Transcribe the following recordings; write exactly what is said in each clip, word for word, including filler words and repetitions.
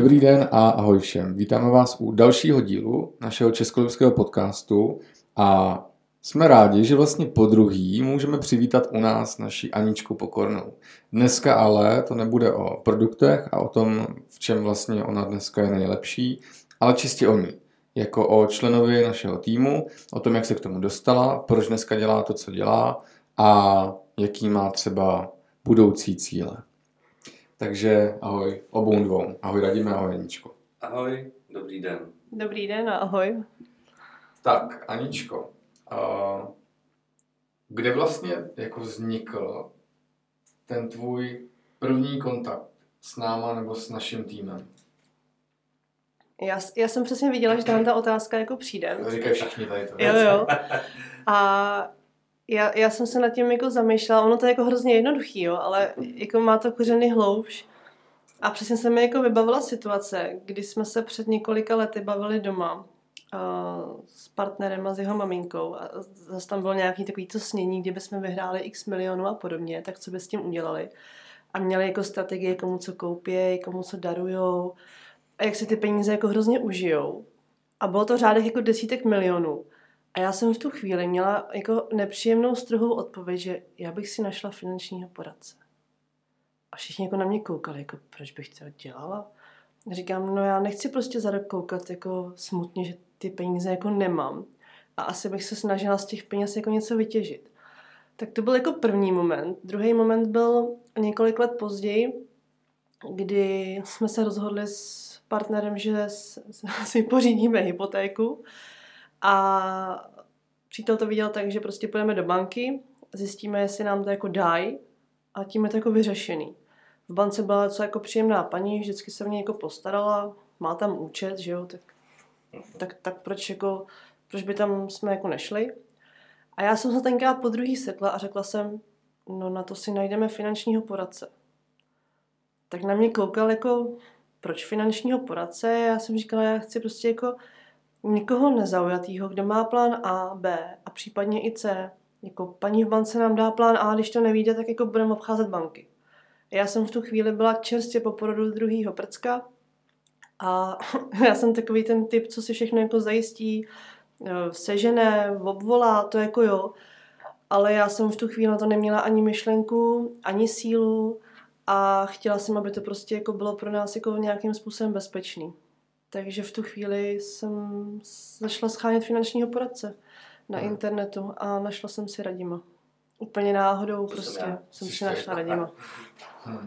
Dobrý den a ahoj všem. Vítáme vás u dalšího dílu našeho českolipského podcastu a jsme rádi, že vlastně po druhý můžeme přivítat u nás naši Aničku Pokornou. Dneska ale to nebude o produktech a o tom, v čem vlastně ona dneska je nejlepší, ale čistě o ní. Jako o členovi našeho týmu, o tom, jak se k tomu dostala, proč dneska dělá to, co dělá a jaký má třeba budoucí cíle. Takže ahoj obou dvou. Ahoj Radime, ahoj Aničko. Ahoj, dobrý den. Dobrý den a ahoj. Tak, Aničko, uh, kde vlastně jako vznikl ten tvůj první kontakt s náma nebo s naším týmem? Já, já jsem přesně viděla, že tam ta otázka jako přijde. To říkají všichni tady to. Jo, jo. A já, já jsem se nad tím jako zamýšlela, ono to je jako hrozně jednoduchý, jo, ale jako má to kořeny hloubš. A přesně se mi jako vybavila situace, kdy jsme se před několika lety bavili doma uh, s partnerem a s jeho maminkou a zase tam bylo nějaký takový to snění, kdyby jsme vyhráli x milionů a podobně, tak co by s tím udělali. A měli jako strategie, komu co koupějí, komu co darujou a jak si ty peníze jako hrozně užijou. A bylo to v řádech jako desítek milionů. A já jsem v tu chvíli měla jako nepříjemnou strohou odpověď, že já bych si našla finančního poradce. A všichni jako na mě koukali, jako proč bych to dělala. A říkám, no já nechci prostě za rok koukat jako smutně, že ty peníze jako nemám. A asi bych se snažila z těch peněz jako něco vytěžit. Tak to byl jako první moment. Druhý moment byl několik let později, kdy jsme se rozhodli s partnerem, že si pořídíme hypotéku. A přítel to viděl tak, že prostě půjdeme do banky, zjistíme, jestli nám to jako dají a tím je to jako vyřešený. V bance byla co jako příjemná paní, vždycky se v něj jako postarala, má tam účet, že jo, tak, tak, tak proč, jako, proč by tam jsme jako nešli. A já jsem se tenkrát po druhý sekla a řekla jsem, no na to si najdeme finančního poradce. Tak na mě koukal jako, proč finančního poradce? Já jsem říkala, já chci prostě jako někoho nezaujatýho, kdo má plán A, B a případně i C. Jako paní v bance nám dá plán A, když to nevíde, tak jako budeme obcházet banky. Já jsem v tu chvíli byla čerstvě po porodu druhýho prcka a já jsem takový ten typ, co si všechno jako zajistí, sežené, obvolá, to jako jo. Ale já jsem v tu chvíli na to neměla ani myšlenku, ani sílu a chtěla jsem, aby to prostě jako bylo pro nás jako nějakým způsobem bezpečný. Takže v tu chvíli jsem začala schánět finančního poradce na hmm. internetu a našla jsem si Radima. Úplně náhodou to prostě jsem, jsem si našla Radima. Hmm.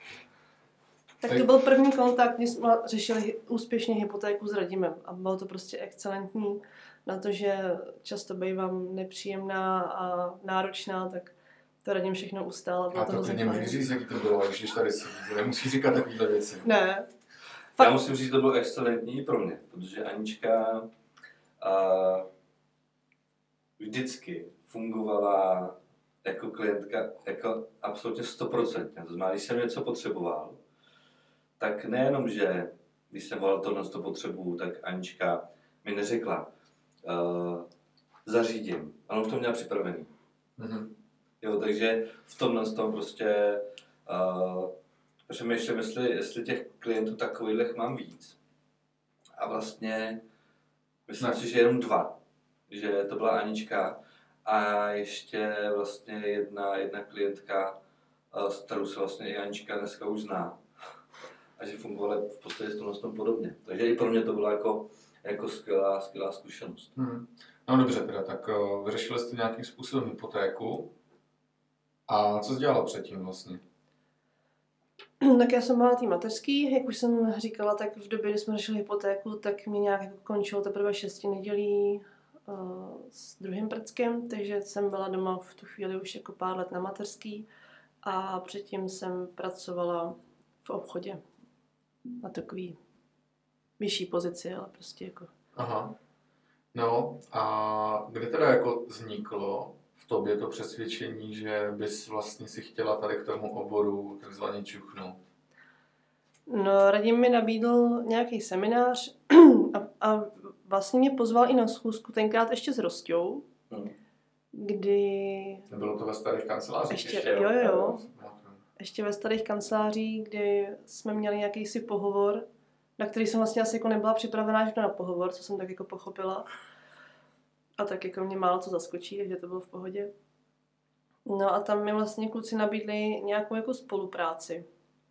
Tak to byl první kontakt, kdy jsme řešili úspěšně hypotéku s Radimem a bylo to prostě excelentní. Na to, že často bývám nepříjemná a náročná, tak to Radim všechno ustál a bylo a to to hrozně fajn. A to nemůžeš říct, jaký to bylo, když tady si nemusíš říkat takovýhle věci. Ne. Fakt. Já musím říct, že to bylo excelentní pro mě, protože Anička uh, vždycky fungovala jako klientka jako absolutně sto procent. To znamená, když jsem něco potřeboval, tak nejenom, že když jsem volal tohle to potřebuju, tak Anička mi neřekla, uh, zařídím, ale už to měla připravený. Mm-hmm. Jo, takže v tomhle tom prostě uh, přemýšlím, jestli, jestli těch klientů takových mám víc. A vlastně myslím si, že jenom dva. Že to byla Anička a ještě vlastně jedna, jedna klientka, s kterou se vlastně i Anička dneska už zná. A že fungovala v podstatě s tomhle tom podobně. Takže i pro mě to byla jako, jako skvělá, skvělá zkušenost. Hmm. No dobře, teda, tak uh, vyřešili jste nějakým způsobem hypotéku. A co jsi dělala předtím vlastně? Tak já jsem byla na té mateřský, jak už jsem říkala, tak v době, kdy jsme řešili hypotéku, tak mě nějak jako končilo teprve šesti nedělí uh, s druhým prckem, takže jsem byla doma v tu chvíli už jako pár let na mateřský a předtím jsem pracovala v obchodě na takový vyšší pozici, ale prostě jako... Aha. No a kdy teda jako vzniklo v tobě to přesvědčení, že bys vlastně si chtěla tady k tomu oboru takzvaně čuchnout? No, Radim mi nabídl nějaký seminář a, a vlastně mě pozval i na schůzku, tenkrát ještě s Rostou, hmm. kdy... Nebylo to ve starých kancelářích ještě? ještě Jo, jo, jo. Ještě ve starých kancelářích, kdy jsme měli nějaký si pohovor na který jsem vlastně asi jako nebyla připravená na pohovor, co jsem tak jako pochopila. A tak jako mě málo co zaskočí, takže to bylo v pohodě. No a tam mi vlastně kluci nabídli nějakou jako spolupráci.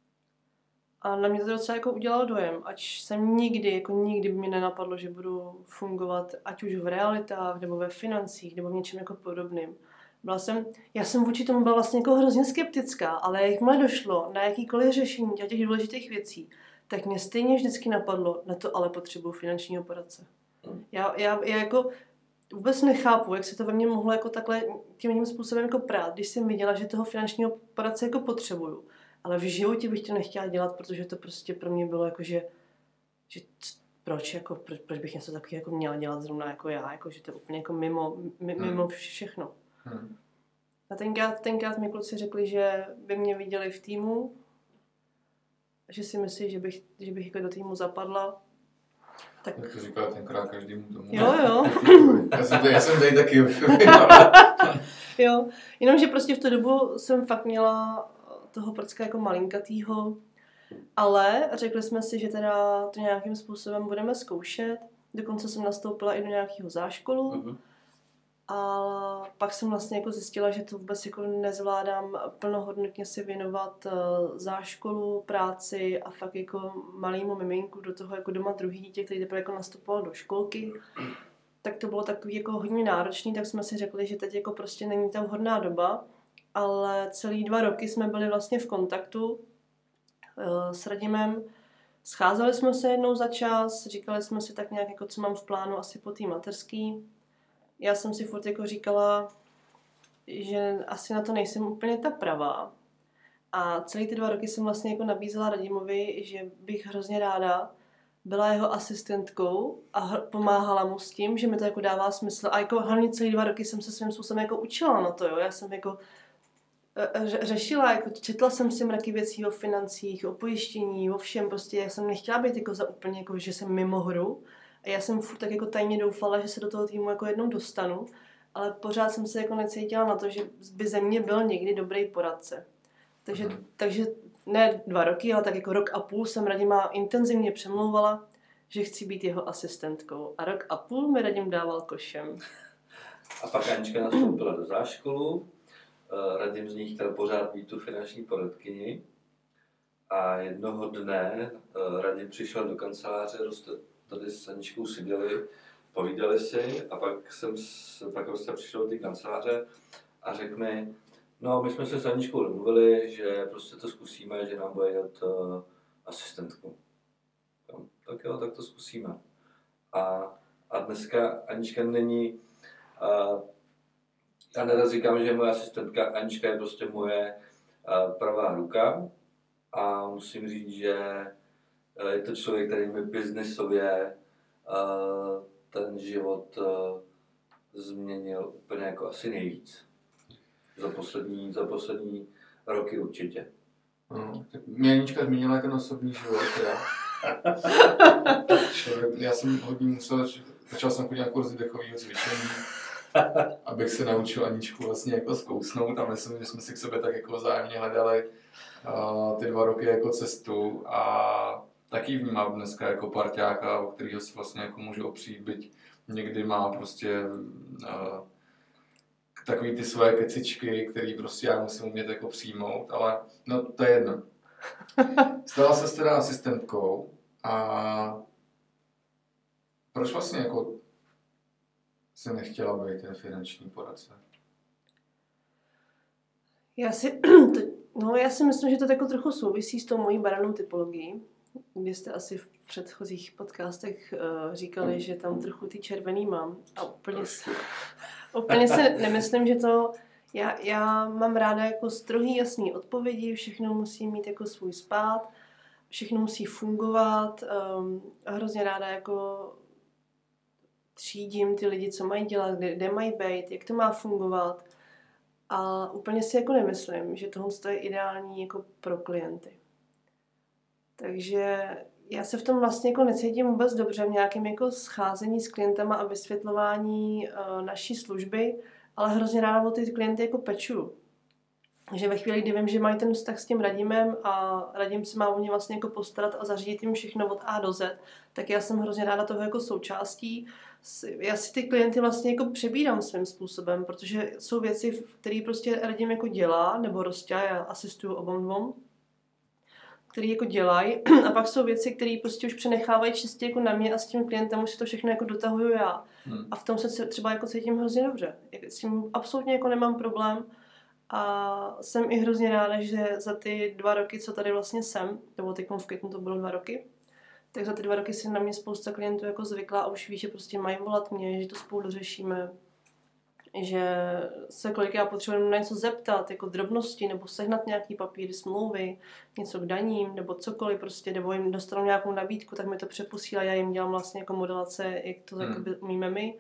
A na mě to docela jako udělalo dojem, ať jsem nikdy, jako nikdy by mě nenapadlo, že budu fungovat ať už v realitách, nebo ve financích, nebo v něčem jako podobným. Byla jsem, já jsem vůči tomu byla vlastně jako hrozně skeptická, ale jakmile došlo na jakýkoliv řešení těch důležitých věcí, tak mě stejně vždycky napadlo, na to ale potřebuji finančního poradce. Já, já, já jako vůbec nechápu, jak se to ve mně mohlo jako takhle tím jiným způsobem jako prát, když jsem viděla, že toho finančního poradce jako potřebuju. Ale v životě bych to nechtěla dělat, protože to prostě pro mě bylo jako, že, že proč, jako, proč, proč bych něco takového jako měla dělat zrovna jako já, jako, že to je úplně jako mimo, mimo všechno. Hmm. A tenkrát, tenkrát mi kluci řekli, že by mě viděli v týmu, že si myslí, že bych, že bych jako do týmu zapadla. Tak to říkala tenkrát každému tomu. Jo, jo. já, jsem tady, já jsem tady taky. Jo, jenomže prostě v tu dobu jsem fakt měla toho prcka jako malinkatýho, ale řekli jsme si, že teda to nějakým způsobem budeme zkoušet. Dokonce jsem nastoupila i do nějakého záškolu. Uh-huh. A pak jsem vlastně jako zjistila, že to vůbec jako nezvládám plnohodnotně si věnovat záškolu, práci a fakt jako malýmu miminku, do toho jako doma druhý dítě, který teprve jako nastupoval do školky. Tak to bylo takový jako hodně náročný, tak jsme si řekli, že teď jako prostě není ta vhodná doba. Ale celý dva roky jsme byli vlastně v kontaktu uh, s Radimem. Scházeli jsme se jednou za čas, říkali jsme si tak nějak, jako co mám v plánu asi po té mateřský. Já jsem si furt jako říkala, že asi na to nejsem úplně ta pravá. A celý ty dva roky jsem vlastně jako nabízela Radimovi, že bych hrozně ráda byla jeho asistentkou a pomáhala mu s tím, že mi to jako dává smysl. A jako hlavně celý dva roky jsem se svým způsobem jako učila na to, jo. Já jsem jako řešila, jako četla jsem si mraky věcí o financích, o pojištění, o všem, prostě já jsem nechtěla být jako za úplně, jako, že jsem mimo hru a já jsem furt tak jako tajně doufala, že se do toho týmu jako jednou dostanu, ale pořád jsem se jako necítila na to, že by ze mě byl někdy dobrý poradce. Takže, mm. takže ne dva roky, ale tak jako rok a půl jsem Radima intenzivně přemlouvala, že chci být jeho asistentkou a rok a půl mi Radim dával košem. A pak Anička nastoupila do záškolu. Radim z ní chtěl pořád být tu finanční poradkyni a jednoho dne Radim přišel do kanceláře, tady s Aničkou seděli, povídali si a pak jsem pak prostě přišel do té kanceláře a řekl mi, no my jsme se s Aničkou domluvili, že prostě to zkusíme, že nám bude dělat uh, asistentku. No, tak jo, tak to zkusíme. A, a dneska Anička není, uh, já nerad říkám, že je moje asistentka, Anička je prostě moje uh, pravá ruka a musím říct, že uh, je to člověk, který mi biznesově uh, ten život uh, změnil úplně jako asi nejvíc. Za poslední, za poslední roky určitě. No, tak mě Anička zmínila ten osobní život, já. já jsem hodně musel, začal jsem chodit na kurzy dechového cvičení, abych se naučil Aničku vlastně jako zkousnout a myslím, že jsme si k sobě tak jako vzájemně hledali uh, ty dva roky jako cestu a taky vnímám dneska jako parťáka, o kterého si vlastně jako můžu opřít, byť někdy má prostě uh, takový ty svoje kecičky, který prostě já musím umět jako přijmout, ale no to je jedno. Stala se teda asistentkou a proč vlastně jako jsi nechtěla být ten finanční poradce? Já si, no já si myslím, že to jako trochu souvisí s tou mojí barevnou typologií, kdy jste asi v předchozích podcastech uh, říkali, že tam trochu ty červený mám a úplně si, úplně si nemyslím, že to, já, já mám ráda jako strohý jasný odpovědi, všechno musí mít jako svůj spád, všechno musí fungovat um, a hrozně ráda jako třídím ty lidi, co mají dělat, kde, kde mají být, jak to má fungovat a úplně si jako nemyslím, že tohle je ideální jako pro klienty. Takže já se v tom vlastně jako necítím vůbec dobře v nějakém jako scházení s klientama a vysvětlování uh, naší služby, ale hrozně ráda o ty klienty jako peču. že ve chvíli, kdy vím, že mají ten vztah s tím Radimem a Radim se má o ně vlastně jako postarat a zařídit jim všechno od A do Z, tak já jsem hrozně ráda toho jako součástí. Já si ty klienty vlastně jako přebírám svým způsobem, protože jsou věci, které prostě Radim jako dělá, nebo Rostě, já asistuju obou dvou, který jako dělají, a pak jsou věci, které prostě už přenechávají čistě jako na mě a s tím klientem už si to všechno jako dotahuju já. Hmm. A v tom se třeba jako cítím hrozně dobře. S tím absolutně jako nemám problém a jsem i hrozně ráda, že za ty dva roky, co tady vlastně jsem, nebo teď v květnu to bylo dva roky, tak za ty dva roky si na mě spousta klientů jako zvykla a už ví, že prostě mají volat mě, že to spolu dořešíme, že se kolikrát potřebujeme na něco zeptat, jako drobnosti, nebo sehnat nějaký papíry, smlouvy, něco k daním, nebo cokoliv prostě, nebo jim dostanou nějakou nabídku, tak mi to přeposílá, já jim dělám vlastně jako modelace, jak to hmm. umíme my.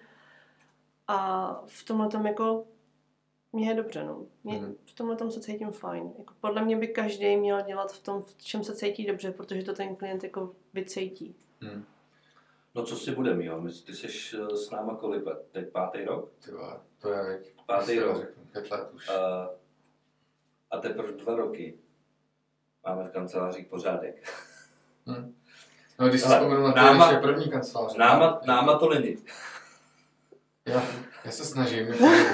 A v tomhle tom jako mě je dobře, no. Mě, hmm. v tomhle tom se cítím fajn. Jako podle mě by každý měl dělat v tom, v čem se cítí dobře, protože to ten klient jako vycítí. Hmm. No co si budeme, jo? Ty jsi s náma kolik let? Teď pátý rok? Tyva, to je pátý rok. Pět let už. A, a teprve dva roky máme v kancelářích pořádek. Hmm. No když si vzpomenu na ty naše první kanceláře. Náma, náma to není. Já, já se snažím,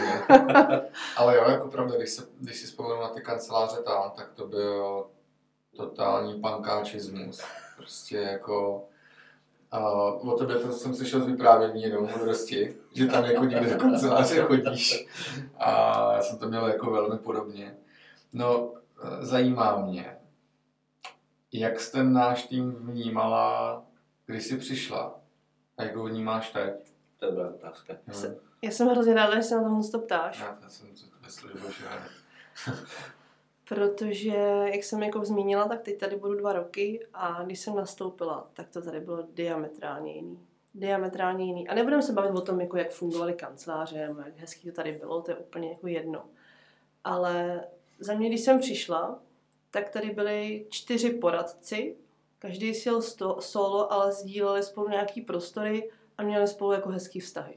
ale jo, jako pravda, když, se, když si vzpomenu na ty kanceláře tam, tak to byl totální pankáčismus. Prostě jako... Uh, o tebe to jsem slyšel z vyprávění jenom moudrosti, že tam jako někde do kanceláře chodíš a já jsem to měl jako velmi podobně. No, zajímá mě, jak jsi ten náš tým vnímala, když jsi přišla a jak ho vnímáš teď? To je dobrá otázka. Hmm. Já jsem hrozně ráda, že se na tohle to ptáš. Já, já jsem to myslel, že budeš ráda. Protože, jak jsem jako zmínila, tak teď tady budu dva roky a když jsem nastoupila, tak to tady bylo diametrálně jiný. Diametrálně jiný. A nebudeme se bavit o tom, jako jak fungovaly kanceláře, nebo jak hezký to tady bylo, to je úplně jako jedno. Ale za mě, když jsem přišla, tak tady byli čtyři poradci, každý si jel solo, ale sdíleli spolu nějaký prostory a měli spolu jako hezký vztahy.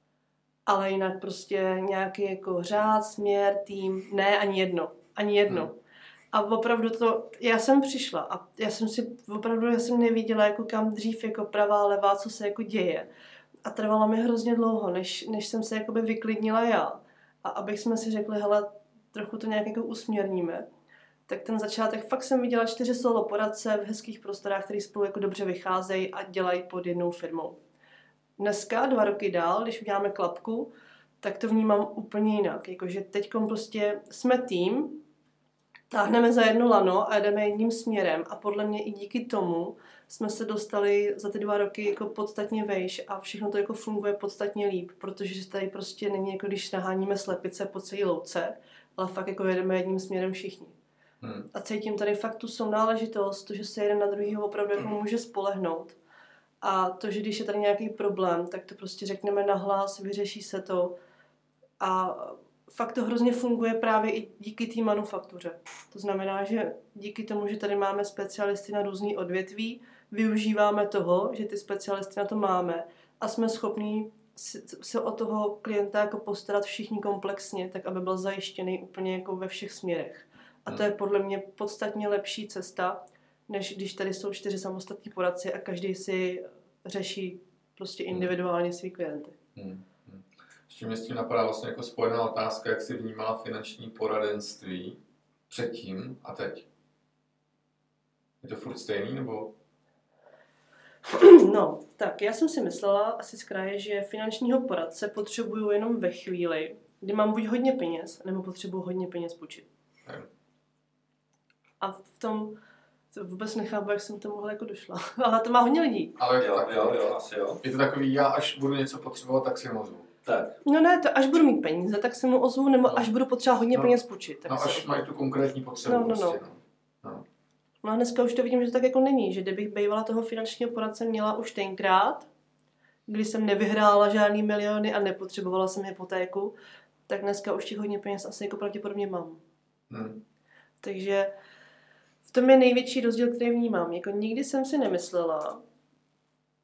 Ale jinak prostě nějaký jako řád, směr, tým, ne ani jedno. Ani jedno. Hmm. A opravdu to, já jsem přišla a já jsem si opravdu, já jsem neviděla jako kam dřív jako pravá, levá, co se jako děje. A trvalo mi hrozně dlouho, než, než jsem se jakoby vyklidnila já. A abych jsme si řekli, hele, trochu to nějak jako usměrníme. Tak ten začátek, fakt jsem viděla čtyři solo poradce v hezkých prostorách, který spolu jako dobře vycházejí a dělají pod jednou firmou. Dneska, dva roky dál, když uděláme klapku, tak to vnímám úplně jinak. Jakože teďkom prostě jsme tým, táhneme za jedno lano a jdeme jedním směrem a podle mě i díky tomu jsme se dostali za ty dva roky jako podstatně vejš a všechno to jako funguje podstatně líp, protože tady prostě není jako když naháníme slepice po celé louce, ale fakt jako jedeme jedním směrem všichni. Hmm. A cítím tady fakt tu sounáležitost, to, že se jeden na druhýho opravdu jako může spolehnout. A to, že když je tady nějaký problém, tak to prostě řekneme nahlas, vyřeší se to. A fakt to hrozně funguje právě i díky té manufaktuře. To znamená, že díky tomu, že tady máme specialisty na různý odvětví, využíváme toho, že ty specialisty na to máme a jsme schopní se o toho klienta jako postarat všichni komplexně, tak aby byl zajištěný úplně jako ve všech směrech. A to je podle mě podstatně lepší cesta, než když tady jsou čtyři samostatní poradci a každý si řeší prostě individuálně svý klienty. Hmm. Ještě mě s tím napadá vlastně jako spojená otázka, jak jsi vnímala finanční poradenství předtím a teď. Je to furt stejný, nebo? No, tak já jsem si myslela asi z kraje, že finančního poradce potřebuju jenom ve chvíli, kdy mám buď hodně peněz, nebo potřebuju hodně peněz půjčit. Ne. A v tom to vůbec nechápu, jak jsem to mohla jako došla. Ale to má hodně lidí. Ale jo, tak, jo, jo, asi jo. Je to takový, já až budu něco potřebovat, tak si ozvu. Tak. No ne, to až budu mít peníze, tak se mu ozvu, nebo no. až budu potřebovat hodně no. peněz půjčit. Tak no až mají tu konkrétní potřebu. No, no, no. Prostě, no. no. No a dneska už to vidím, že to tak jako není, že kdybych bývala toho finančního poradce měla už tenkrát, kdy jsem nevyhrála žádný miliony a nepotřebovala jsem hypotéku, tak dneska už těch hodně peněz asi jako pravděpodobně mám. Hmm. Takže v tom je největší rozdíl, který vnímám. Jako nikdy jsem si nemyslela,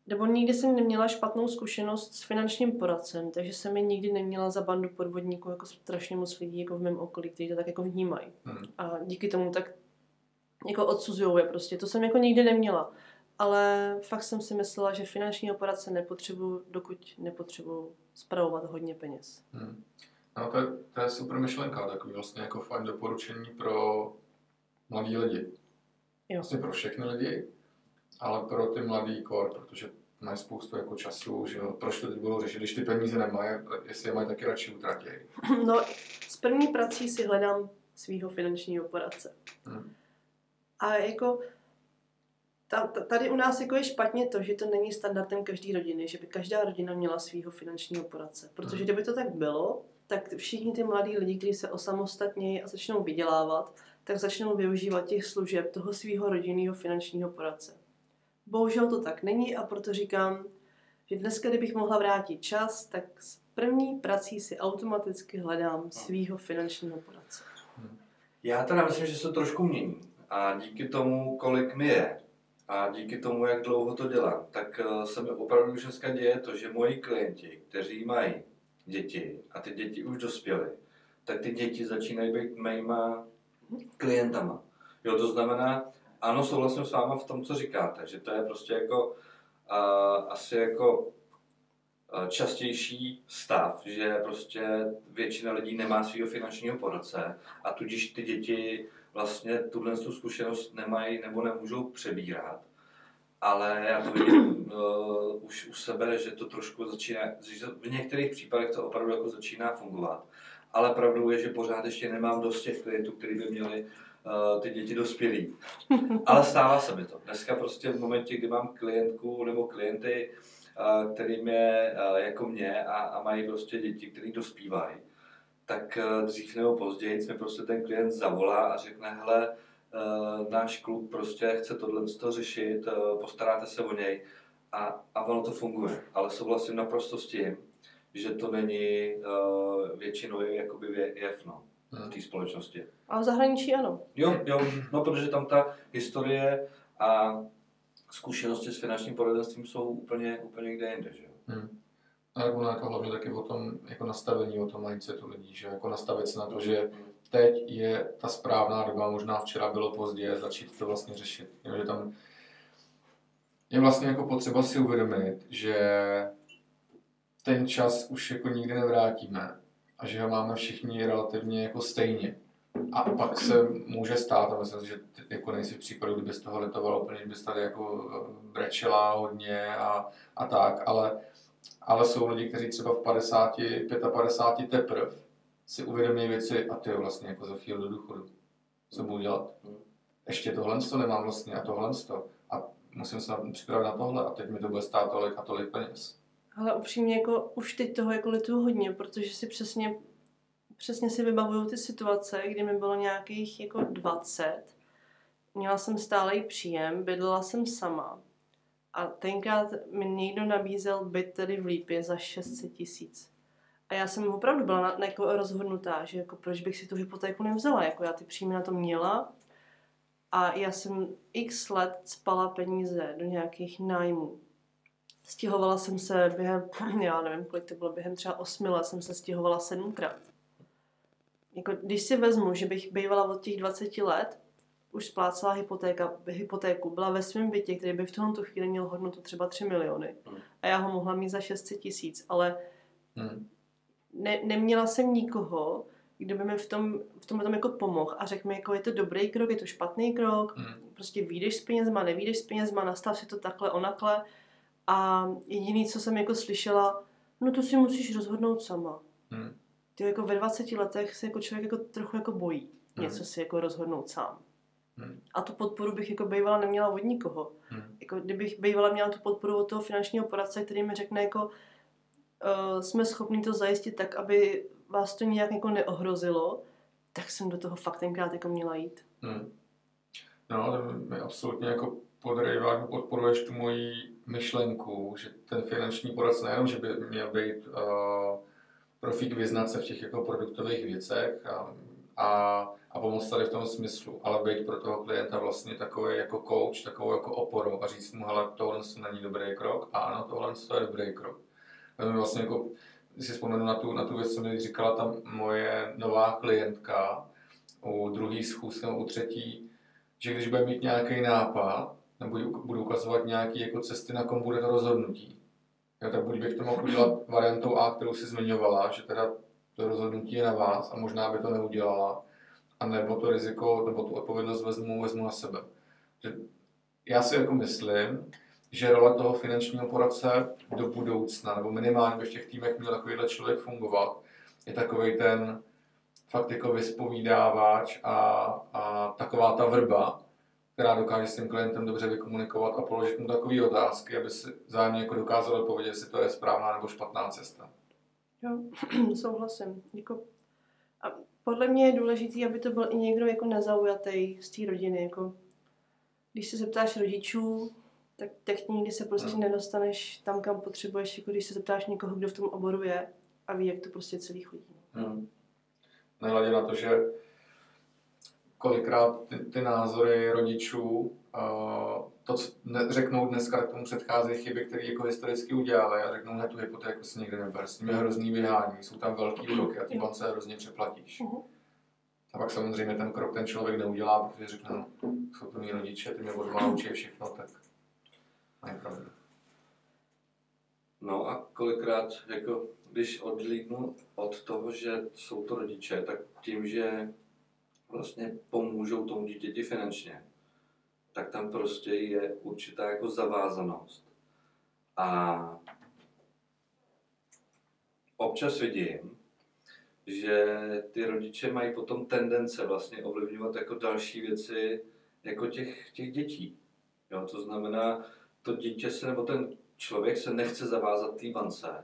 nebo nikdy jsem neměla špatnou zkušenost s finančním poradcem, takže jsem je nikdy neměla za bandu podvodníků jako strašně moc lidí jako v mém okolí, kteří to tak jako vnímají. Hmm. A díky tomu tak jako odsuzujou je prostě. To jsem jako nikdy neměla. Ale fakt jsem si myslela, že finančního poradce nepotřebuju, dokud nepotřebuju spravovat hodně peněz. Hmm. No to je, to je super myšlenka, takový vlastně jako fajn doporučení pro mladý lidi. Jo. Vlastně pro všechny lidi, ale pro ty mladý kor, protože mají spoustu jako času, že jo, proč to teď budou řešit, když ty peníze nemají, jestli je mají taky radši utratí. No, s první prací si hledám svýho finančního poradce. Hmm. A jako tady u nás jako je špatně to, že to není standardem každé rodiny, že by každá rodina měla svýho finančního poradce. Protože kdyby to tak bylo, tak všichni ty mladí lidi, kteří se osamostatnějí a začnou vydělávat, tak začnou využívat těch služeb toho svýho rodinného finančního poradce. Bohužel to tak není a proto říkám, že dneska, kdybych mohla vrátit čas, tak s první prací si automaticky hledám svýho finančního poradce. Já teda myslím, že se to trošku mění. A díky tomu, kolik mi je, a díky tomu, jak dlouho to dělám, tak se mi opravdu už dneska děje to, že moji klienti, kteří mají děti a ty děti už dospěly, tak ty děti začínají být mýma klientama. Jo, to znamená, ano, souhlasím s váma v tom, co říkáte, že to je prostě jako uh, asi jako uh, častější stav, že prostě většina lidí nemá svého finančního poradce a tudíž ty děti vlastně tuhle tu zkušenost nemají nebo nemůžou přebírat. Ale já to vidím uh, už u sebe, že to trošku začíná, že v některých případech to opravdu jako začíná fungovat. Ale pravdou je, že pořád ještě nemám dost těch klientů, kteří by měli uh, ty děti dospělí. Ale stává se mi to. Dneska prostě v momentě, kdy mám klientku nebo klienty, uh, kterým je uh, jako mě a, a mají prostě děti, které dospívají, tak uh, dřív nebo později mi prostě ten klient zavolá a řekne, hele, uh, náš kluk prostě chce tohle řešit, uh, postaráte se o něj a, a ono to funguje. Ale souhlasím naprosto s tím, že to není uh, většinou jakoby jev, no, v té společnosti. A v zahraničí ano. Jo, jo, no protože tam ta historie a zkušenosti s finančním poradenstvím jsou úplně, úplně kde jinde, že jo. Hmm. A jako jako hlavně taky o tom jako nastavení, o tom mindsetu lidí, že jako nastavit se na to, že teď je ta správná doba, možná včera bylo pozdě, začít to vlastně řešit. Jo, že tam je vlastně jako potřeba si uvědomit, že ten čas už jako nikdy nevrátíme a že ho máme všichni relativně jako stejně. A pak se může stát, a myslím si, že ty jako nejsi v případu, kdyby z toho litovala úplně, že bys tady jako brečela hodně a, a tak, ale, ale jsou lidi, kteří třeba v padesáti, padesát pět teprv si uvědomí věci a ty vlastně jako za chvíli do důchodu. Co budu dělat? Ještě tohle to nemám vlastně a tohle to. A musím se připravit na tohle a teď mi to bude stát tolik a tolik peněz. Ale upřímně jako už teď toho jako lituju hodně, protože si přesně, přesně si vybavuju ty situace, kdy mi bylo nějakých jako dvacet. Měla jsem stálej příjem, bydlela jsem sama. A tenkrát mi někdo nabízel byt tady v Lípě za šest set tisíc. A já jsem opravdu byla na, na jako rozhodnutá, že jako proč bych si tu hypotéku nevzala. Jako já ty příjmy na to měla a já jsem x let spala peníze do nějakých nájmů. Stěhovala jsem se během, já nevím, kolik to bylo, během třeba osmi let jsem se stěhovala sedmkrát. Jako, když si vezmu, že bych bývala od těch dvaceti let, už splácela hypotéka, hypotéku, byla ve svém bytě, který by v tomto chvíli měl hodnotu třeba tři miliony a já ho mohla mít za šest set tisíc, ale hmm. ne, neměla jsem nikoho, kdo by mi v tom, v tom, tom jako pomohl a řekl mi, jako je to dobrý krok, je to špatný krok, hmm. prostě vyjdeš s penězma, nevyjdeš s penězma, nastav si to takhle, onakle. A jediný, co jsem jako slyšela, no to si musíš rozhodnout sama. Hmm. Ty jako ve dvaceti letech se jako člověk jako trochu jako bojí hmm. něco si jako rozhodnout sám. Hmm. A tu podporu bych jako bývala neměla od nikoho. Hmm. Jako kdybych bývala měla tu podporu od toho finančního poradce, který mi řekne jako uh, jsme schopni to zajistit tak, aby vás to nějak jako neohrozilo, tak jsem do toho fakt tenkrát jako měla jít. Hmm. No, to mi absolutně jako podrývá, podporuješ tu moji myšlenku, že ten finanční poradce nejenom, že by měl být uh, profík vyznat se v těch jako produktových věcech, a, a, a pomoct tady v tom smyslu, ale být pro toho klienta vlastně takový jako coach, takovou jako oporu a říct mu, hele, tohle není dobrý krok a ano, tohle je dobrý krok. Vlastně jako, když si vzpomenu na tu, na tu věc, co mi říkala ta moje nová klientka u druhý schůzky nebo u třetí, že když bude mít nějaký nápad, nebo budu ukazovat nějaké jako cesty, na kom bude to rozhodnutí. Jo, tak buď bych to mohl udělat variantou A, kterou si zmiňovala, že teda to rozhodnutí je na vás a možná by to neudělala, a nebo to riziko, nebo tu odpovědnost vezmu, vezmu na sebe. Že já si jako myslím, že role toho finančního poradce do budoucna, nebo minimálně by v těch týmech měl takovýhle člověk fungovat, je takovej ten fakt jako vyspovídávač a, a taková ta vrba, která dokáže s tím klientem dobře vykomunikovat a položit mu takové otázky, aby si zájemně jako dokázal odpovědět, jestli to je správná nebo špatná cesta. Jo, souhlasím. Jako, a podle mě je důležité, aby to byl i někdo jako nezaujatý z té rodiny. Jako, když se zeptáš rodičů, tak, tak nikdy se prostě hmm. nedostaneš tam, kam potřebuješ, jako když se zeptáš někoho, kdo v tom oboru je a ví, jak to prostě celý chodí. Hmm. Nehledě na to, že kolikrát ty, ty názory rodičů, uh, to, co ne, řeknou dneska, k tomu předcházejí chyby, které jako historicky udělali a řeknou, ne, tu hypotéku si nikdy neber, s tím je hrozný vyhání, jsou tam velký úroky a ty bance hrozně přeplatíš. Uh-huh. A pak samozřejmě ten krok ten člověk neudělá, protože řekne, no, jsou to mý rodiče, ty mě od doma naučí všechno, tak nejpravda. No a kolikrát, jako, když odlídnu od toho, že jsou to rodiče, tak tím, že vlastně pomůžou tomu dítěti finančně, tak tam prostě je určitá jako zavázanost. A občas vidím, že ty rodiče mají potom tendence vlastně ovlivňovat jako další věci jako těch, těch dětí. Jo, to znamená, to dítě se, nebo ten člověk se nechce zavázat té bance,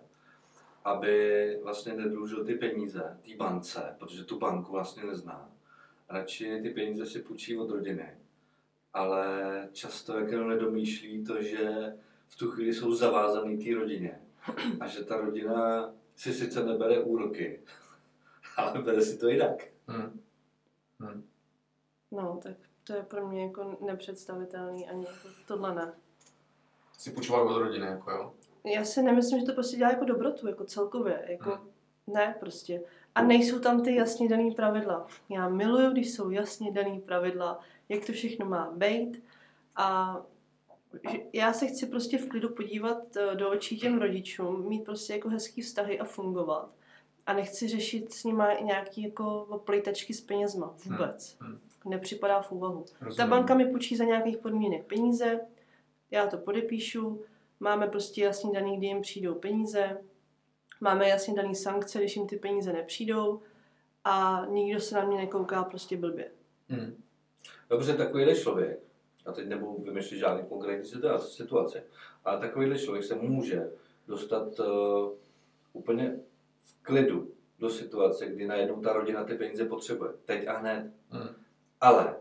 aby vlastně nedlužil ty peníze té bance, protože tu banku vlastně nezná. Radši ty peníze si půjčí od rodiny, ale často jak jenom nedomýšlí to, že v tu chvíli jsou zavázaný té rodině a že ta rodina si sice nebere úroky, ale bere si to jinak. Hmm. Hmm. No, tak to je pro mě jako nepředstavitelný, ani jako tohle ne. Si půjčoval od rodiny, jako jo? Já si nemyslím, že to prostě dělá jako dobrotu, jako celkově, jako hmm. ne prostě. A nejsou tam ty jasně daný pravidla. Já miluju, když jsou jasně daný pravidla, jak to všechno má být. A já se chci prostě v klidu podívat do očí těm rodičům, mít prostě jako hezký vztahy a fungovat. A nechci řešit s nima nějaký jako oplejtačky s penězma. Vůbec. Hmm. Nepřipadá v úvahu. Rozumím. Ta banka mi půjčí za nějakých podmínek peníze, já to podepíšu, máme prostě jasně daný, kdy jim přijdou peníze, máme jasně daný sankce, když jim ty peníze nepřijdou a nikdo se na mě nekouká prostě blbě. Hmm. Dobře, takovýhle člověk, a teď nebudu vymýšlet žádný konkrétní situace, ale takovýhle člověk se může dostat uh, úplně v klidu do situace, kdy najednou ta rodina ty peníze potřebuje. Teď a hned. Hmm. Ale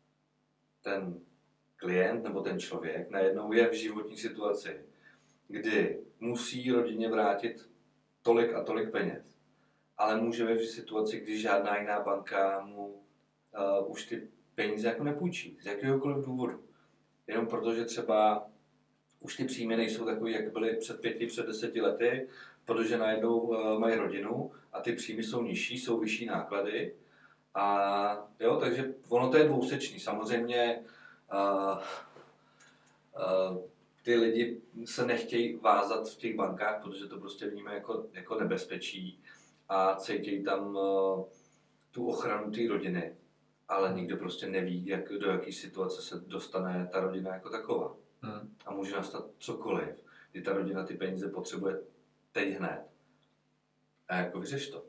ten klient nebo ten člověk najednou je v životní situaci, kdy musí rodině vrátit tolik a tolik peněz. Ale může být v situaci, kdy žádná jiná banka mu uh, už ty peníze jako nepůjčí. Z jakéhokoliv důvodu. Jenom proto, že třeba už ty příjmy nejsou takový, jak byly před pěti, před deseti lety, protože najednou uh, mají rodinu a ty příjmy jsou nižší, jsou vyšší náklady. A jo, takže ono to je dvousečný. Samozřejmě uh, uh, ty lidi se nechtějí vázat v těch bankách, protože to prostě vnímají jako, jako nebezpečí a cítí tam uh, tu ochranu té rodiny, ale nikdo prostě neví, jak, do jaké situace se dostane ta rodina jako taková. Hmm. A může nastat cokoliv, kdy ta rodina ty peníze potřebuje teď hned. A jako vyřeš to.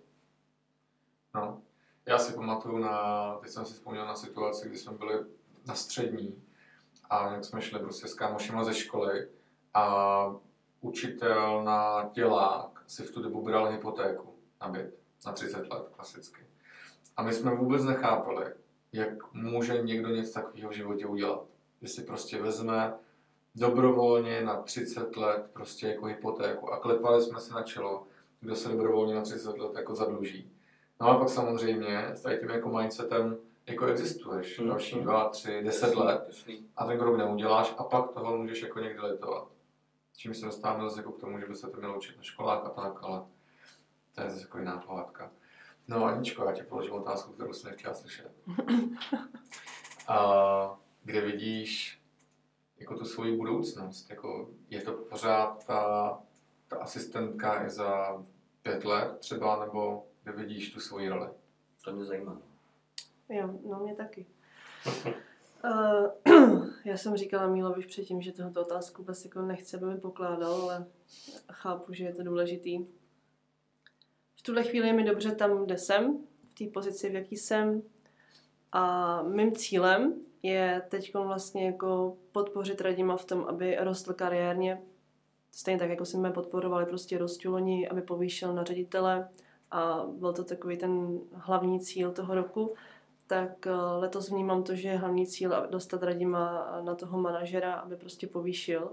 No. Já si pamatuju na, teď jsem si vzpomněl na situaci, kdy jsme byli na střední a jak jsme šli prostě s kámošima ze školy a učitel na tělák si v tu dobu bral hypotéku na byt, na třicet let klasicky. A my jsme vůbec nechápali, jak může někdo něco takového v životě udělat. Že si prostě vezme dobrovolně na třicet let prostě jako hypotéku a klepali jsme si na čelo, kdo se dobrovolně na třicet let jako zadluží. No a pak samozřejmě s tady tím jako mindsetem jako existuješ Hmm. další dva, tři, deset Jasný, let jasný. a ten krok neuděláš a pak toho můžeš jako někdy litovat. Čím se dostáváme zase jako k tomu, že by se to mělo učit na školách a tak, ale to je zase jako jiná pohádka. No Aničko, já ti položím otázku, kterou jsem nechtěla slyšet. A kde vidíš jako tu svoji budoucnost? Jako je to pořád ta, ta asistentka i za pět let třeba, nebo kde vidíš tu svoji roli? To mě zajímá. Jo, no mě taky. Uh, já jsem říkala Mílovi už předtím, že tohoto otázku vůbec jako nechce, aby mi pokládal, ale chápu, že je to důležitý. V tuhle chvíli je mi dobře tam, kde jsem, v té pozici, v jaký jsem. A mým cílem je teď vlastně jako podpořit Radima v tom, aby rostl kariérně. Stejně tak, jako jsme podporovali prostě rostl loni, aby povýšil na ředitele. A byl to takový ten hlavní cíl toho roku. Tak letos vnímám to, že je hlavní cíl dostat Radima na toho manažera, aby prostě povýšil.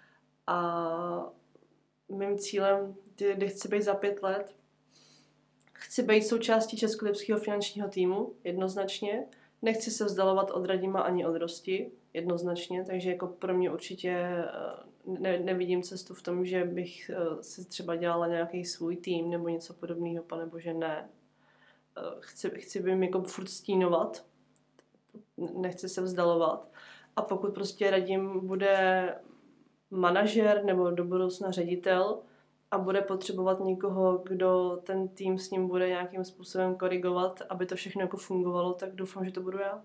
A mým cílem, kde chci být za pět let, chci být součástí Českolipského finančního týmu, jednoznačně. Nechci se vzdalovat od Radima ani od Rosti, jednoznačně, takže jako pro mě určitě ne, nevidím cestu v tom, že bych si třeba dělala nějaký svůj tým nebo něco podobného, panebože ne. Chci, chci bym jako furt stínovat, nechci se vzdalovat. A pokud prostě Radim bude manažer nebo do budoucna ředitel a bude potřebovat někoho, kdo ten tým s ním bude nějakým způsobem korigovat, aby to všechno jako fungovalo, tak doufám, že to budu já.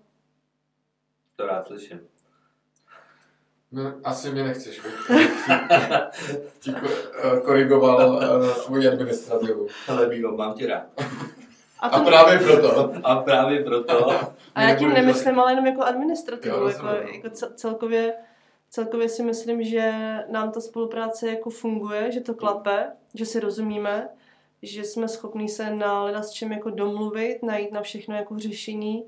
To rád slyším. No, asi mě nechceš, ti korigoval tvůj administrativu. Ale Mílo, mám tě rád. A, A právě proto. A právě proto. A já tím nemyslím, ale jenom jako administrativu. Jo, jako, rozumím. jako celkově, celkově si myslím, že nám ta spolupráce jako funguje, že to klape, že si rozumíme, že jsme schopní se na leda s čem jako domluvit, najít na všechno jako řešení.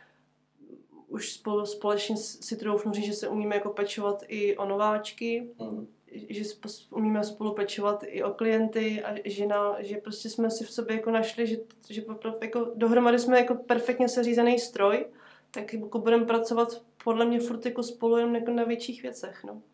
Už spolu, společně si troufnu říct, že se umíme jako pečovat i o nováčky, Hmm. že umíme spolu pečovat i o klienty a že, na, že prostě jsme si v sobě jako našli, že, že popravdu jako dohromady jsme jako perfektně seřízený stroj, tak jako budeme pracovat podle mě furt jako spolu jenom jako na větších věcech, no.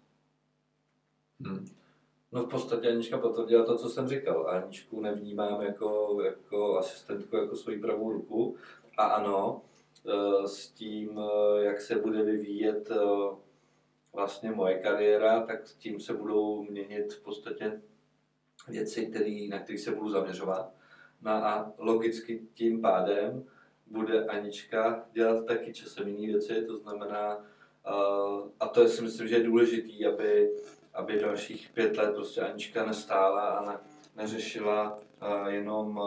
Hmm. No v podstatě Anička potvrdila to, co jsem říkal. Aničku nevnímám jako, jako asistentku, jako svoji pravou ruku. A ano, s tím, jak se bude vyvíjet vlastně moje kariéra, tak s tím se budou měnit v podstatě věci, který, na které se budu zaměřovat. No a logicky tím pádem bude Anička dělat taky časem jiné věci, to znamená, a to je, si myslím, že je důležitý, aby, aby dalších pět let prostě Anička nestála a ne, neřešila jenom,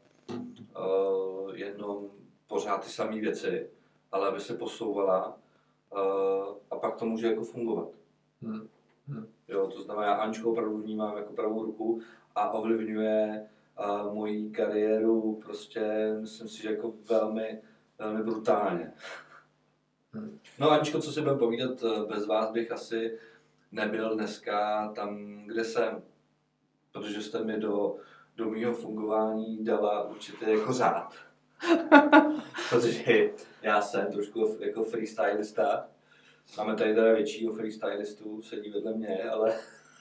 jenom pořád ty samé věci, ale aby se posouvala a pak to může jako fungovat. Hmm. Hmm. Jo, to znamená, já Aničku opravdu vnímám jako pravou ruku a ovlivňuje uh, moji kariéru prostě, myslím si, že jako velmi, velmi brutálně. Hmm. No Aničko, co si budeme povídat, bez vás bych asi nebyl dneska tam, kde jsem. Protože jste mi do, do mýho fungování dala určitě jako řád. Protože já jsem trošku jako freestylista. Máme tady teda většího freestylistu, sedí vedle mě, ale,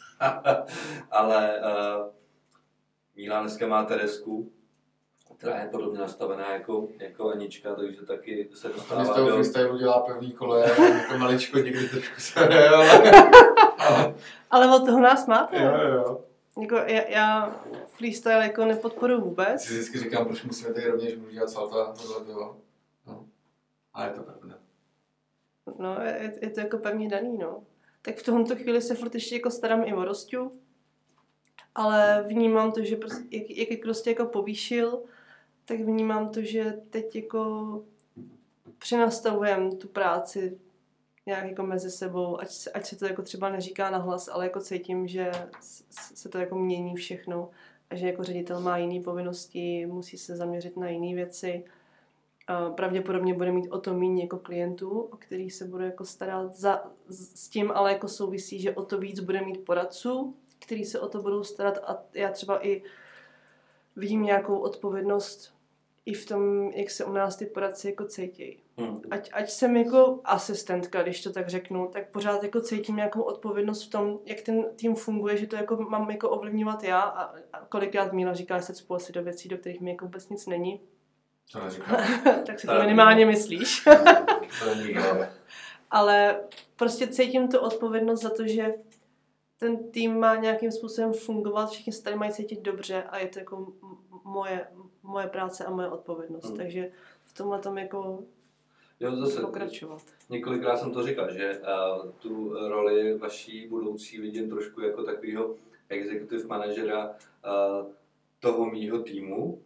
ale uh, Míla dneska má Teresku, která je podobně nastavená jako, jako Anička, takže taky se dostává z toho do... freestylu dělá pevný kole, jako maličko, někdy trošku se ne, ale... ale... Ale od toho nás máte. Jo, jo. Jako já, já freestyle jako nepodporuji vůbec. Si vždycky říkám, proč musíme tady rovněž budu dělat salta, no. A je to pravda. No, je, je to jako pevně daný, no. Tak v tomto chvíli se furt ještě jako starám i o Rosťu, ale vnímám to, že prostě, jak, jak je prostě jako povýšil, tak vnímám to, že teď jako přenastavujeme tu práci nějak jako mezi sebou, ať, ať se to jako třeba neříká nahlas, ale jako cítím, že se to jako mění všechno a že jako ředitel má jiné povinnosti, musí se zaměřit na jiné věci. Pravděpodobně bude mít o to méně jako klientů, o kterých se bude jako starat. Za, s tím ale jako souvisí, že o to víc bude mít poradců, který se o to budou starat a já třeba i vidím nějakou odpovědnost i v tom, jak se u nás ty poradci jako cítějí. Hmm. Ať, ať jsem jako asistentka, když to tak řeknu, tak pořád jako cítím nějakou odpovědnost v tom, jak ten tým funguje, že to jako mám jako ovlivňovat já a, a kolikrát Míla říká, že se cpu asi do věcí, do kterých mi jako vůbec nic není. Co neříkám? Tak si to minimálně myslíš. To nikdo. Ale prostě cítím tu odpovědnost za to, že ten tým má nějakým způsobem fungovat, všichni se tady mají cítit dobře a je to jako m- moje, moje práce a moje odpovědnost. Hmm. Takže v tomhle tom jako jo, zase, pokračovat. Několikrát jsem to říkal, že uh, tu roli vaší budoucí vidím trošku jako takového executive manažera uh, toho mýho týmu,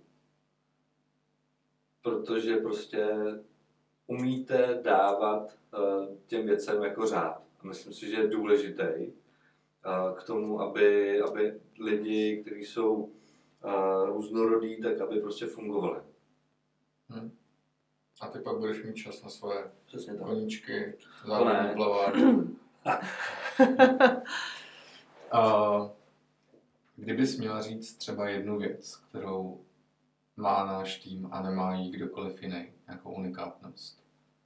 protože prostě umíte dávat uh, těm věcem jako řád. A myslím si, že je důležitý uh, k tomu, aby, aby lidi, kteří jsou uh, různorodí, tak aby prostě fungovali. Hmm. A ty pak budeš mít čas na svoje Přesně tak. koníčky, závodní plavání. uh, kdybys měla říct třeba jednu věc, kterou má náš tým a nemá jí kdokoliv jiný, jako unikátnost.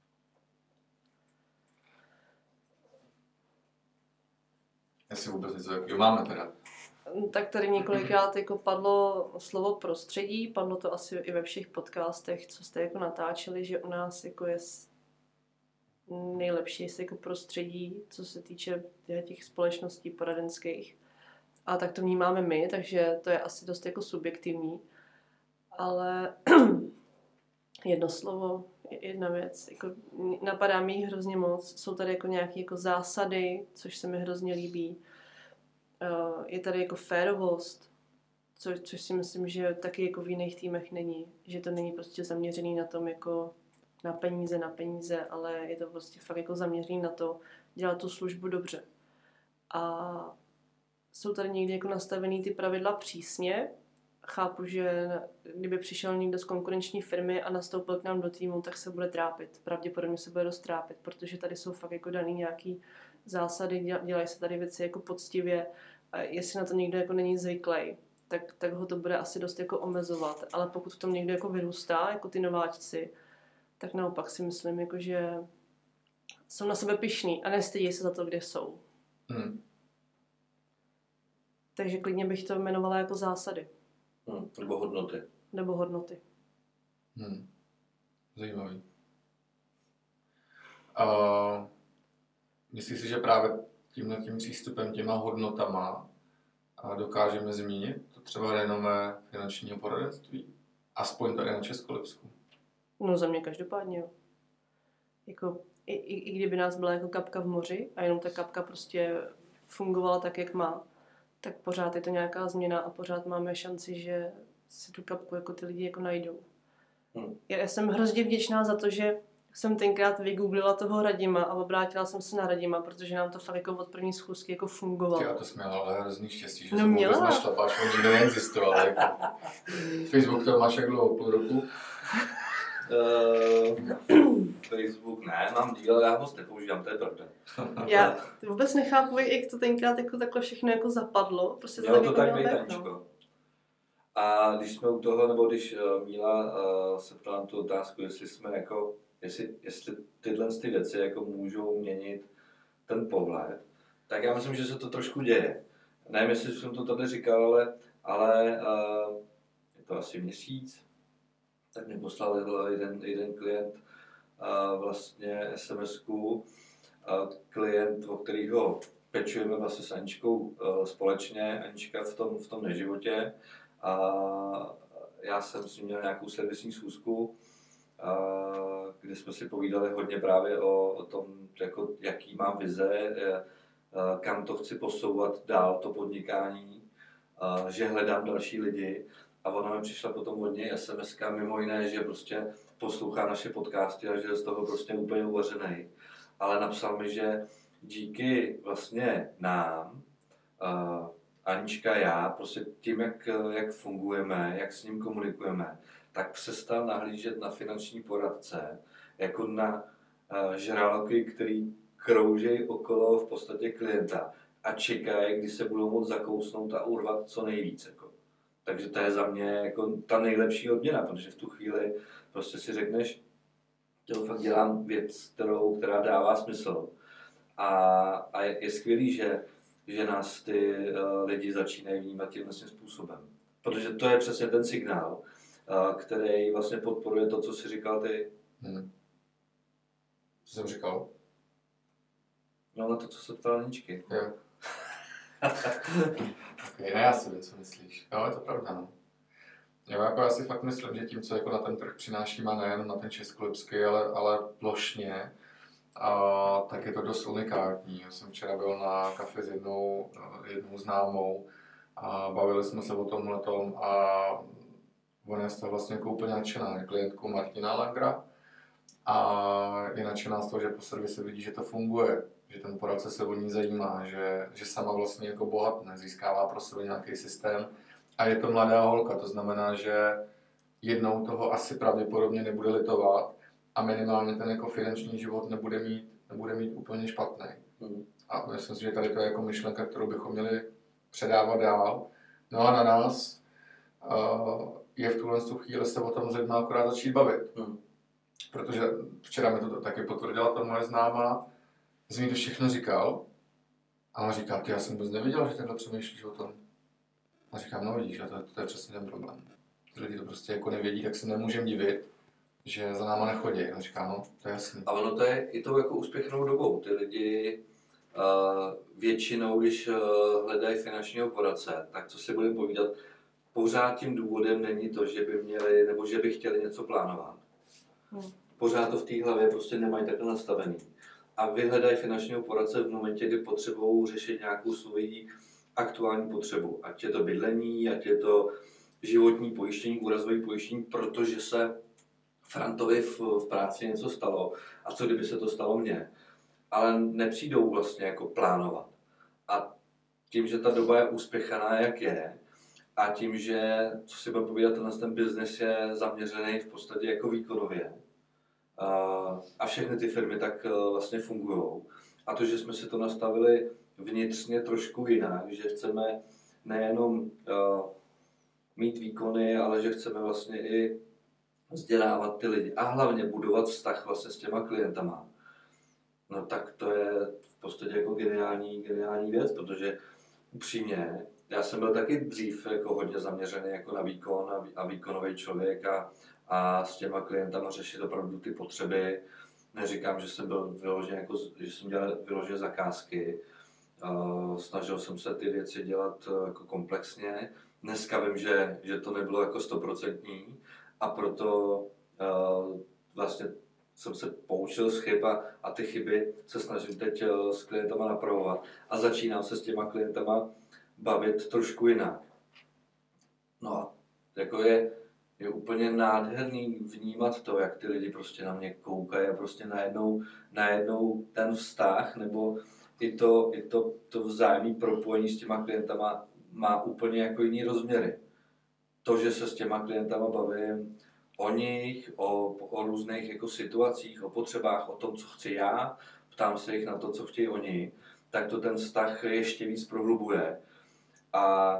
Jestli vůbec něco takového máme teda. Tak tady několikrát jako padlo slovo prostředí, padlo to asi i ve všech podcastech, co jste jako natáčeli, že u nás jako je nejlepší jako prostředí, co se týče těch společností poradenských. A tak to vnímáme my, takže to je asi dost jako subjektivní. Ale jedno slovo, jedna věc, jako napadá mi jich hrozně moc. Jsou tady jako nějaké jako zásady, což se mi hrozně líbí. Uh, je tady jako férovost, co, což si myslím, že taky jako v jiných týmech není. Že to není prostě zaměřený na tom jako na peníze, na peníze, ale je to prostě fakt jako zaměřený na to dělat tu službu dobře. A jsou tady někdy jako nastavený ty pravidla přísně. Chápu, že kdyby přišel někdo z konkurenční firmy a nastoupil k nám do týmu, tak se bude trápit. Pravděpodobně se bude dost trápit, protože tady jsou fakt jako daný nějaký zásady, dělají se tady věci jako poctivě. A jestli na to někdo jako není zvyklý, tak, tak ho to bude asi dost jako omezovat. Ale pokud v tom někdo jako vyrůstá, jako ty nováčci, tak naopak si myslím, jako, že jsou na sebe pyšní a nestydí se za to, kde jsou. Hmm. Takže klidně bych to jmenovala jako zásady. Hmm, nebo hodnoty. Nebo hodnoty. Hmm. Zajímavý. Uh, myslíš si, že právě tímhle tím přístupem, těma hodnotama dokážeme zmínit to třeba renomé finančního poradenství? Aspoň tady na Českolipsku. No za mě každopádně jo. Jako, i, i, I kdyby nás byla jako kapka v moři a jenom ta kapka prostě fungovala tak, jak má, tak pořád je to nějaká změna a pořád máme šanci, že si tu kapku jako ty lidi jako najdou. Hmm. Já, já jsem hrozně vděčná za to, že jsem tenkrát vygooglila toho Radima a obrátila jsem se na Radima, protože nám to fakt jako od první schůzky jako fungovalo. Já to jsme ale hrozný štěstí, že no jsem vůbec našla, páč, on nikdy neexistoval. Jako. Facebook to máš jak dlouho, půl roku? Uh, Facebook ne, mám díl, já moc nepoužívám, to je pravda. Já vůbec nechápu, jak to tenkrát jako takhle všechno jako zapadlo. Prostě Mělo to tak být, Aničko. A když jsme u toho, nebo když uh, Míla uh, se ptala na tu otázku, jestli jsme jako, jestli, jestli tyhle ty věci jako můžou měnit ten pohled, tak já myslím, že se to trošku děje. Nevím, jestli jsem to tady říkal, ale, ale uh, je to asi měsíc, tak mi poslal jeden, jeden klient uh, vlastně es em esku, uh, klient, o kterého pečujeme vlastně s Aničkou uh, společně, Anička v tom, v tom neživotě. A já jsem s ním měl nějakou servisní schůzku, kde jsme si povídali hodně právě o, o tom, jako, jaký mám vize, kam to chci posouvat dál, to podnikání, že hledám další lidi. A ona mi přišla potom od něj es em eska, mimo jiné, že prostě poslouchá naše podcasty a že je z toho prostě úplně uvařenej. Ale napsal mi, že díky vlastně nám, Anička, já, prostě tím, jak, jak fungujeme, jak s ním komunikujeme, tak přestal nahlížet na finanční poradce jako na uh, žraloky, který kroužejí okolo v podstatě klienta a čekají, kdy se budou moct zakousnout a urvat co nejvíc. Jako. Takže to je za mě jako ta nejlepší odměna, protože v tu chvíli prostě si řekneš, že fakt dělám věc, kterou, která dává smysl. A, a je, je skvělý, že, že nás ty uh, lidi začínají vnímat tímhle způsobem. Protože to je přesně ten signál, uh, který vlastně podporuje to, co jsi říkal ty. Hmm. Co jsem říkal? No na to, co se ptal Aničky. Jo. Okay, ne, já si vím, co myslíš. Jo, je to pravda, no. Jo, jako já si fakt myslím, že tím, co jako na ten trh přinášíme, nejen na ten českolipský, ale, ale plošně, a tak je to dost unikátní. Já jsem včera byl na kafe s jednou, jednou známou a bavili jsme se o tomhletom a ona je z toho vlastně jako úplně nadšená. Je klientkou Martina Langra a je nadšená z toho, že po servise vidí, že to funguje, že ten poradce se o ní zajímá, že, že sama vlastně jako bohatne, získává pro sebe nějaký systém. A je to mladá holka, to znamená, že jednou toho asi pravděpodobně nebude litovat a minimálně ten jako finanční život nebude mít, nebude mít úplně špatný. Hmm. A myslím si, že tady to je jako myšlenka, kterou bychom měli předávat dál. No a na nás uh, je v tuhle chvíli se o tom s lidmi akorát začít bavit. Hmm. Protože včera mi to taky potvrdila ta moje známá, že mi to všechno říkal a ona říká, ty já jsem vůbec nevěděla, že takhle přemýšlíš o tom. A říkám, no vidíš, a to, to je přesně ten problém. Ty lidi to prostě jako nevědí, tak se nemůžeme divit, že za náma nechodí. A říká, no, to je jasný. A ono to je i tou jako úspěšnou dobou. Ty lidi uh, většinou, když uh, hledají finančního poradce, tak co si budeme povídat, pořád tím důvodem není to, že by měli, nebo že by chtěli něco plánovat. Hmm. Pořád to v té hlavě prostě nemají takhle nastavený. A vyhledají finančního poradce v momentě, kdy potřebují řešit nějakou svoji aktuální potřebu. Ať je to bydlení, ať je to životní pojištění, úrazové pojištění, protože se Frantovi v, v práci něco stalo. A co kdyby se to stalo mně? Ale nepřijdou vlastně jako plánovat. A tím, že ta doba je úspěchaná, jak je, a tím, že, co si budeme povídat, tenhle ten biznes je zaměřený v podstatě jako výkonově. A všechny ty firmy tak vlastně fungují. A to, že jsme si to nastavili vnitřně trošku jinak, že chceme nejenom uh, mít výkony, ale že chceme vlastně i vzdělávat ty lidi a hlavně budovat vztah vlastně s těma klientama. No tak to je v podstatě jako geniální, geniální věc, protože upřímně, já jsem byl taky dřív jako hodně zaměřený jako na výkon a, a výkonový člověk a, a s těma klientama řešit opravdu ty potřeby. Neříkám, že jsem byl vyložený jako, že jsem dělal vyloženě zakázky. Uh, snažil jsem se ty věci dělat uh, jako komplexně. Dneska vím, že, že to nebylo jako stoprocentní a proto uh, vlastně jsem se poučil z chyb a, a ty chyby se snažím teď uh, s klientama napravovat a začínám se s těma klientama bavit trošku jinak. No a jako je, je úplně nádherný vnímat to, jak ty lidi prostě na mě koukají a prostě najednou, najednou ten vztah nebo i to, i to, to vzájemné propojení s těma klientama má úplně jako jiný rozměry. To, že se s těma klientama bavím o nich, o, o různých jako situacích, o potřebách, o tom, co chci já, ptám se jich na to, co chtějí oni, tak to ten vztah ještě víc prohlubuje. A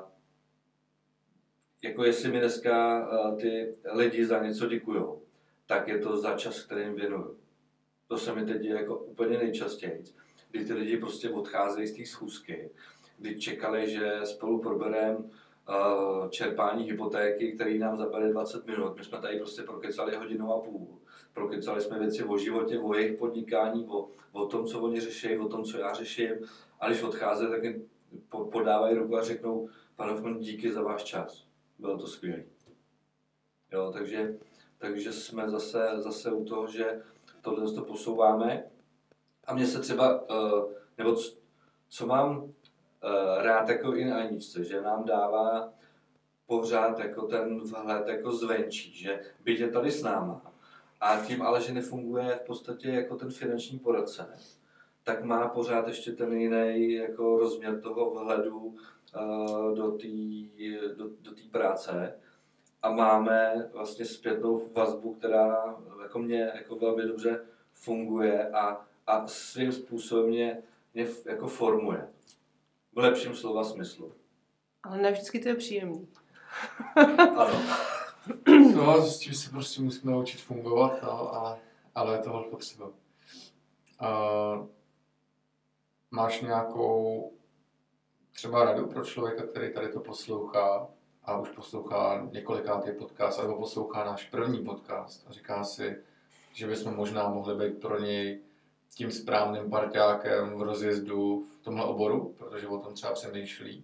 jako jestli mi dneska ty lidi za něco děkujou, tak je to za čas, který jim věnuju. To se mi teď děje jako úplně nejčastěji, kdy ty lidi prostě odcházejí z té schůzky, kdy čekali, že spolu probereme uh, čerpání hypotéky, který nám zabere dvacet minut. My jsme tady prostě prokecali hodinu a půl. Prokecali jsme věci o životě, o jejich podnikání, o, o tom, co oni řeší, o tom, co já řeším. A když odcházejí, tak jim podávají ruku a řeknou, pane Hoffman, díky za váš čas. Bylo to skvělé. Jo, takže, takže jsme zase, zase u toho, že tohle to posouváme. A mně se třeba, uh, nebo co, co mám uh, rád jako i na Aničce, že nám dává pořád jako ten vhled jako zvenčí, že byť je tady s náma a tím ale, že nefunguje v podstatě jako ten finanční poradce, tak má pořád ještě ten jiný jako rozměr toho vhledu uh, do té do, do té práce a máme vlastně zpětnou vazbu, která jako mě jako velmi dobře funguje a, a svým způsobem mě, mě jako formuje. V lepším slova smyslu. Ale ne vždycky to je příjemný. Ano. No, s tím se prostě musíme naučit fungovat, no, ale, ale je to hodně potřeba. Uh, máš nějakou třeba radu pro člověka, který tady to poslouchá a už poslouchá několikátý podcast, nebo poslouchá náš první podcast a říká si, že bychom možná mohli být pro něj tím správným parťákem v rozjezdu v tomhle oboru, protože o tom třeba přemýšlí?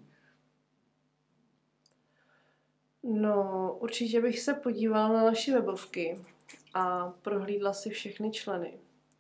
No, určitě bych se podívala na naše webovky a prohlídla si všechny členy.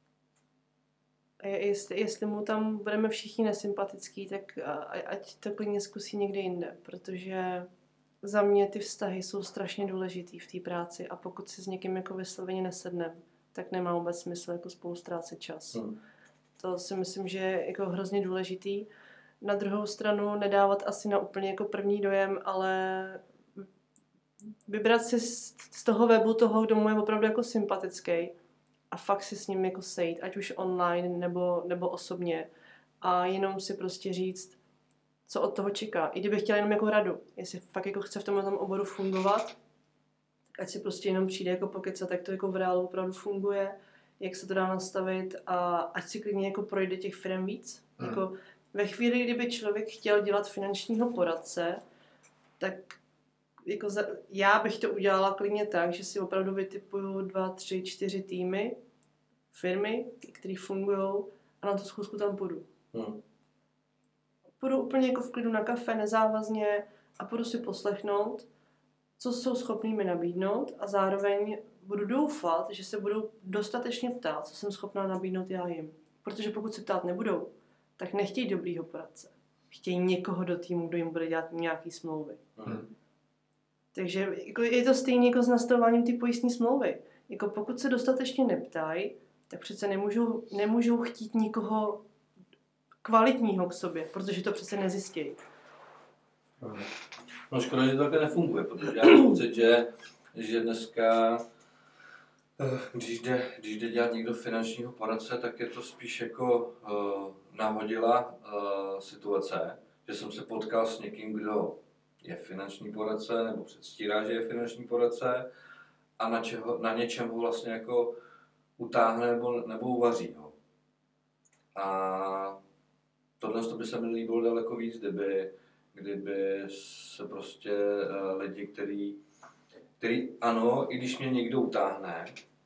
A jestli, jestli mu tam budeme všichni nesympatický, tak ať to klidně zkusí někde jinde, protože za mě ty vztahy jsou strašně důležitý v té práci a pokud si s někým jako vysloveně nesednem, tak nemá vůbec smysl jako spolu ztrácet čas. Hmm. To si myslím, že je jako hrozně důležitý. Na druhou stranu nedávat asi na úplně jako první dojem, ale vybrat si z toho webu toho, kdo mu je opravdu jako sympatický a fakt si s ním jako sejít, ať už online nebo, nebo osobně a jenom si prostě říct, co od toho čeká. I kdyby chtěla jenom jako radu, jestli fakt jako chce v tomhle tom oboru fungovat, tak ať si prostě jenom přijde jako pokecat, tak to jako v reálu opravdu funguje, jak se to dá nastavit a ať si klidně jako projde těch firm víc. Hmm. Jako ve chvíli, kdyby člověk chtěl dělat finančního poradce, tak jako za, já bych to udělala klidně tak, že si opravdu vytipuju dva, tři, čtyři týmy, firmy, které fungují a na tu schůzku tam půjdu. Hmm. Půjdu úplně jako v klidu na kafe, nezávazně a půjdu si poslechnout, co jsou schopní mi nabídnout a zároveň budu doufat, že se budou dostatečně ptát, co jsem schopná nabídnout já jim. Protože pokud se ptát nebudou, tak nechtějí dobrýho poradce. Chtějí někoho do týmu, kdo jim bude dělat nějaký smlouvy. Hmm. Takže jako je to stejné jako s nastavováním ty pojistné smlouvy. Jako pokud se dostatečně neptají, tak přece nemůžou, nemůžou chtít nikoho kvalitního k sobě, protože to přece nezjistějí. No škoda, že to takhle nefunguje, protože já mám pocit, že, že dneska, když jde, když jde dělat někdo finančního poradce, tak je to spíš jako uh, nahodila uh, situace, že jsem se potkal s někým, kdo je finanční poradce, nebo předstírá, že je finanční poradce a na, čeho, na něčem ho vlastně jako utáhne nebo, nebo uvaří ho. A tohle to by se mi líbilo daleko víc, kdyby, kdyby se prostě uh, lidi, který, který ano, i když mě někdo utáhne,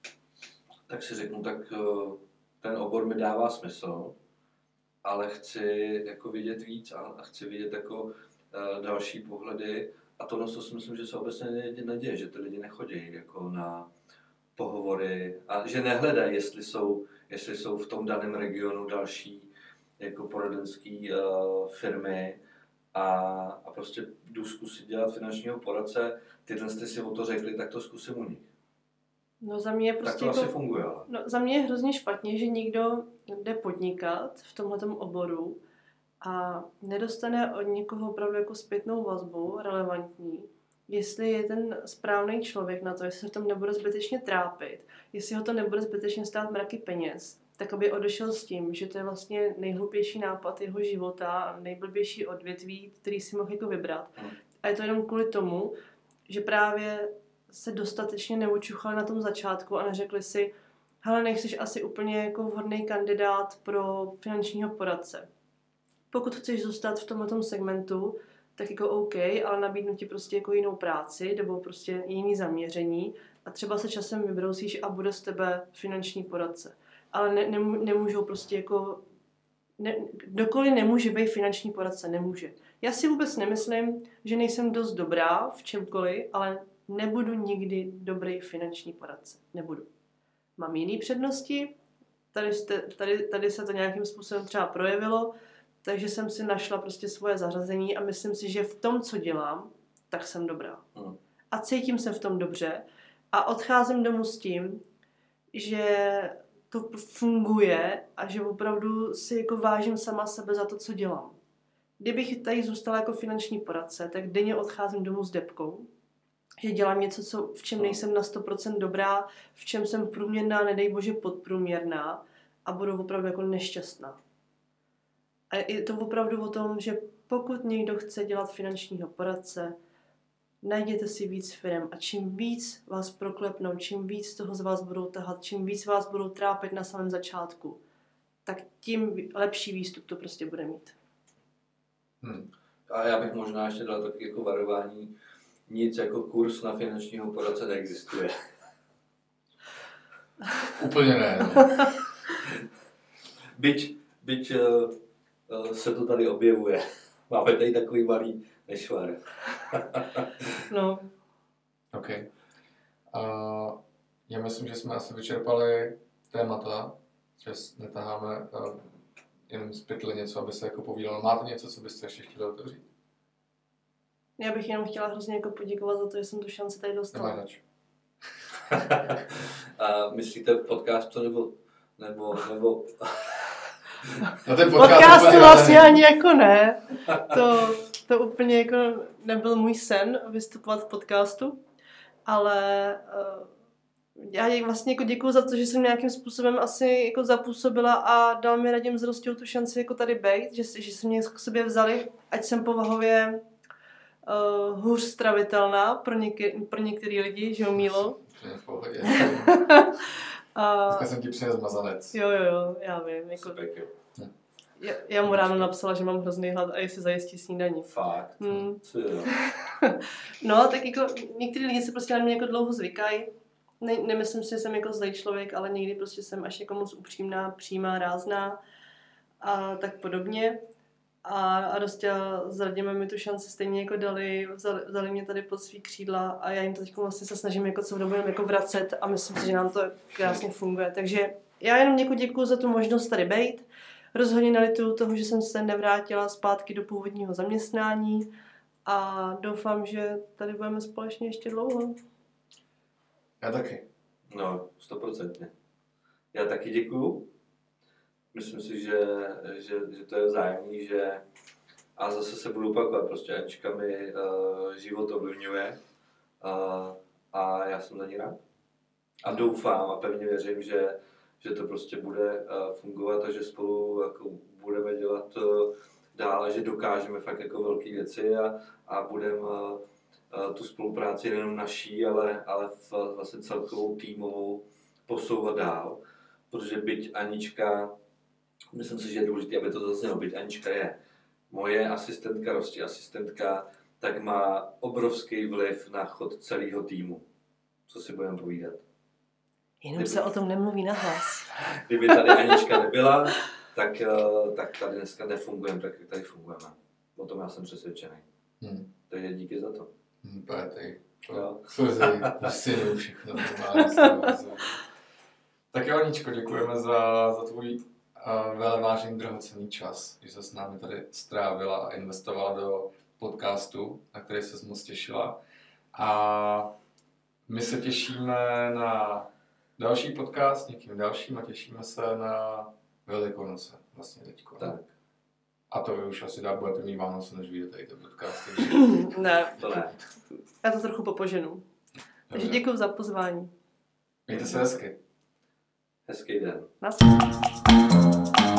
tak si řeknu, tak uh, ten obor mi dává smysl, ale chci jako vidět víc a, a chci vidět jako uh, další pohledy a tohle to si myslím, že se obecně neděje, že ty lidi nechodí jako na pohovory a že nehledají, jestli jsou, jestli jsou v tom daném regionu další jako poradenský uh, firmy a, a prostě jdu zkusit dělat finančního poradce, tyhle jste si o to řekli, tak to zkusím u nich. No za mě je prostě tak to jako, asi funguje, ale. No za mě je hrozně špatně, že někdo jde podnikat v tomhletom oboru a nedostane od někoho opravdu jako zpětnou vazbu relevantní, jestli je ten správný člověk na to, jestli se v tom nebude zbytečně trápit, jestli ho to nebude zbytečně stát mraky peněz, tak aby odešel s tím, že to je vlastně nejhloupější nápad jeho života, nejblbější odvětví, který si mohl jako vybrat. Hmm. A je to jenom kvůli tomu, že právě se dostatečně neučuchali na tom začátku a neřekli si, hele, nejseš asi úplně jako vhodný kandidát pro finančního poradce. Pokud chceš zůstat v tomto segmentu, tak jako OK, ale nabídnu ti prostě jako jinou práci nebo prostě jiný zaměření a třeba se časem vybrousíš a bude z tebe finanční poradce. Ale ne, ne, nemůžou prostě jako, ne, kdokoliv nemůže být finanční poradce, nemůže. Já si vůbec nemyslím, že nejsem dost dobrá v čemkoliv, ale nebudu nikdy dobrý finanční poradce. Nebudu. Mám jiné přednosti, tady, jste, tady, tady se to nějakým způsobem třeba projevilo, takže jsem si našla prostě svoje zařazení a myslím si, že v tom, co dělám, tak jsem dobrá. Hmm. A cítím se v tom dobře a odcházím domů s tím, že to funguje a že opravdu si jako vážím sama sebe za to, co dělám. Kdybych tady zůstala jako finanční poradce, tak denně odcházím domů s debkou, že dělám něco, co, v čem nejsem na sto procent dobrá, v čem jsem průměrná, nedej bože podprůměrná a budu opravdu jako nešťastná. A je to opravdu o tom, že pokud někdo chce dělat finančního poradce, najděte si víc firem a čím víc vás proklepnou, čím víc toho z vás budou tahat, čím víc vás budou trápit na samém začátku, tak tím lepší výstup to prostě bude mít. Hmm. A já bych možná ještě dal taky jako varování, nic jako kurz na finančního poradce neexistuje. Úplně ne. No. byť, byť uh, uh, se to tady objevuje. Máme tady takový malý nešvar. No. OK. Uh, já myslím, že jsme asi vyčerpali témata, že netaháme uh, jenom z pytle něco, aby se jako povídalo. Máte něco, co byste ještě chtěli otevřít? Já bych jenom chtěla hrozně jako poděkovat za to, že jsem tu šanci tady dostala. Nemáš zač. A myslíte v podcastu nebo... nebo, nebo... No ten podcast podcastu vlastně ani jako ne. To, to úplně jako nebyl můj sen vystupovat v podcastu, ale uh, já jí vlastně jako děkuju za to, že jsem nějakým způsobem asi jako zapůsobila a dal mi Radim s Rostou tu šanci jako tady bejt, že, že se mě k sobě vzali, ať jsem povahově uh, hůř stravitelná pro, něky, pro některý lidi, že jo, Mílo? V pohodě. A... Dneska jsem ti přinesl mazanec. Jo, jo, jo, já vím. Jako... Já, já mu ráno napsala, že mám hrozný hlad a jestli zajistí snídaní. Fakt? Hmm. Co jo? No, tak jako některý lidi se prostě na mě jako dlouho zvykají. Ne, nemyslím si, že jsem jako zlej člověk, ale někdy prostě jsem až jako moc upřímná, přímá, rázná a tak podobně. A, a prostě s Radimem mi tu šanci stejně jako dali, vzali, vzali mě tady pod svý křídla a já jim to teď vlastně se snažím jako co dobu jako vracet a myslím si, že nám to krásně funguje. Takže já jenom někomu děkuju za tu možnost tady bejt. Rozhodně nelituju toho, že jsem se nevrátila zpátky do původního zaměstnání a doufám, že tady budeme společně ještě dlouho. Já taky. No, stoprocentně. Já taky děkuju. Myslím si, že, že, že to je vzájemný, že a zase se budu opakovat, prostě Anička mi uh, život ovlivňuje uh, a já jsem za ní rád. A doufám a pevně věřím, že, že to prostě bude uh, fungovat a že spolu jako budeme dělat uh, dál a že dokážeme fakt jako velké věci a, a budeme uh, uh, tu spolupráci nejenom naší, ale, ale v, vlastně celkovou týmovou posouvat dál. Protože byť Anička, myslím si, že je důležité, aby to zaznělo, byť Anička je moje asistentka, Rosti asistentka, tak má obrovský vliv na chod celého týmu. Co si budeme povídat? Jenom Kdyby... se o tom nemluví nahlas. Kdyby tady Anička nebyla, tak, tak tady dneska nefungujeme tak, jak tady fungujeme. O tom já jsem přesvědčený. Hmm. Takže díky za to. Hmm, Pátej. Jo. Slzy, synu, všechno. Tak jo, Aničko, děkujeme za, za tvůj uh, velevážený drahocenný čas, že se s námi tady strávila a investovala do podcastu, na který se moc těšila. A my se těšíme na další podcast s někým dalším a těšíme se na Velikonoce vlastně teďko. Tak. A to vy už asi dá, budete mít Vánoce, než vyjde tady ten podcast. Ne, to ne. Já to trochu popoženu. Takže děkuji za pozvání. Mějte se hezky. Hezký den. Naschle.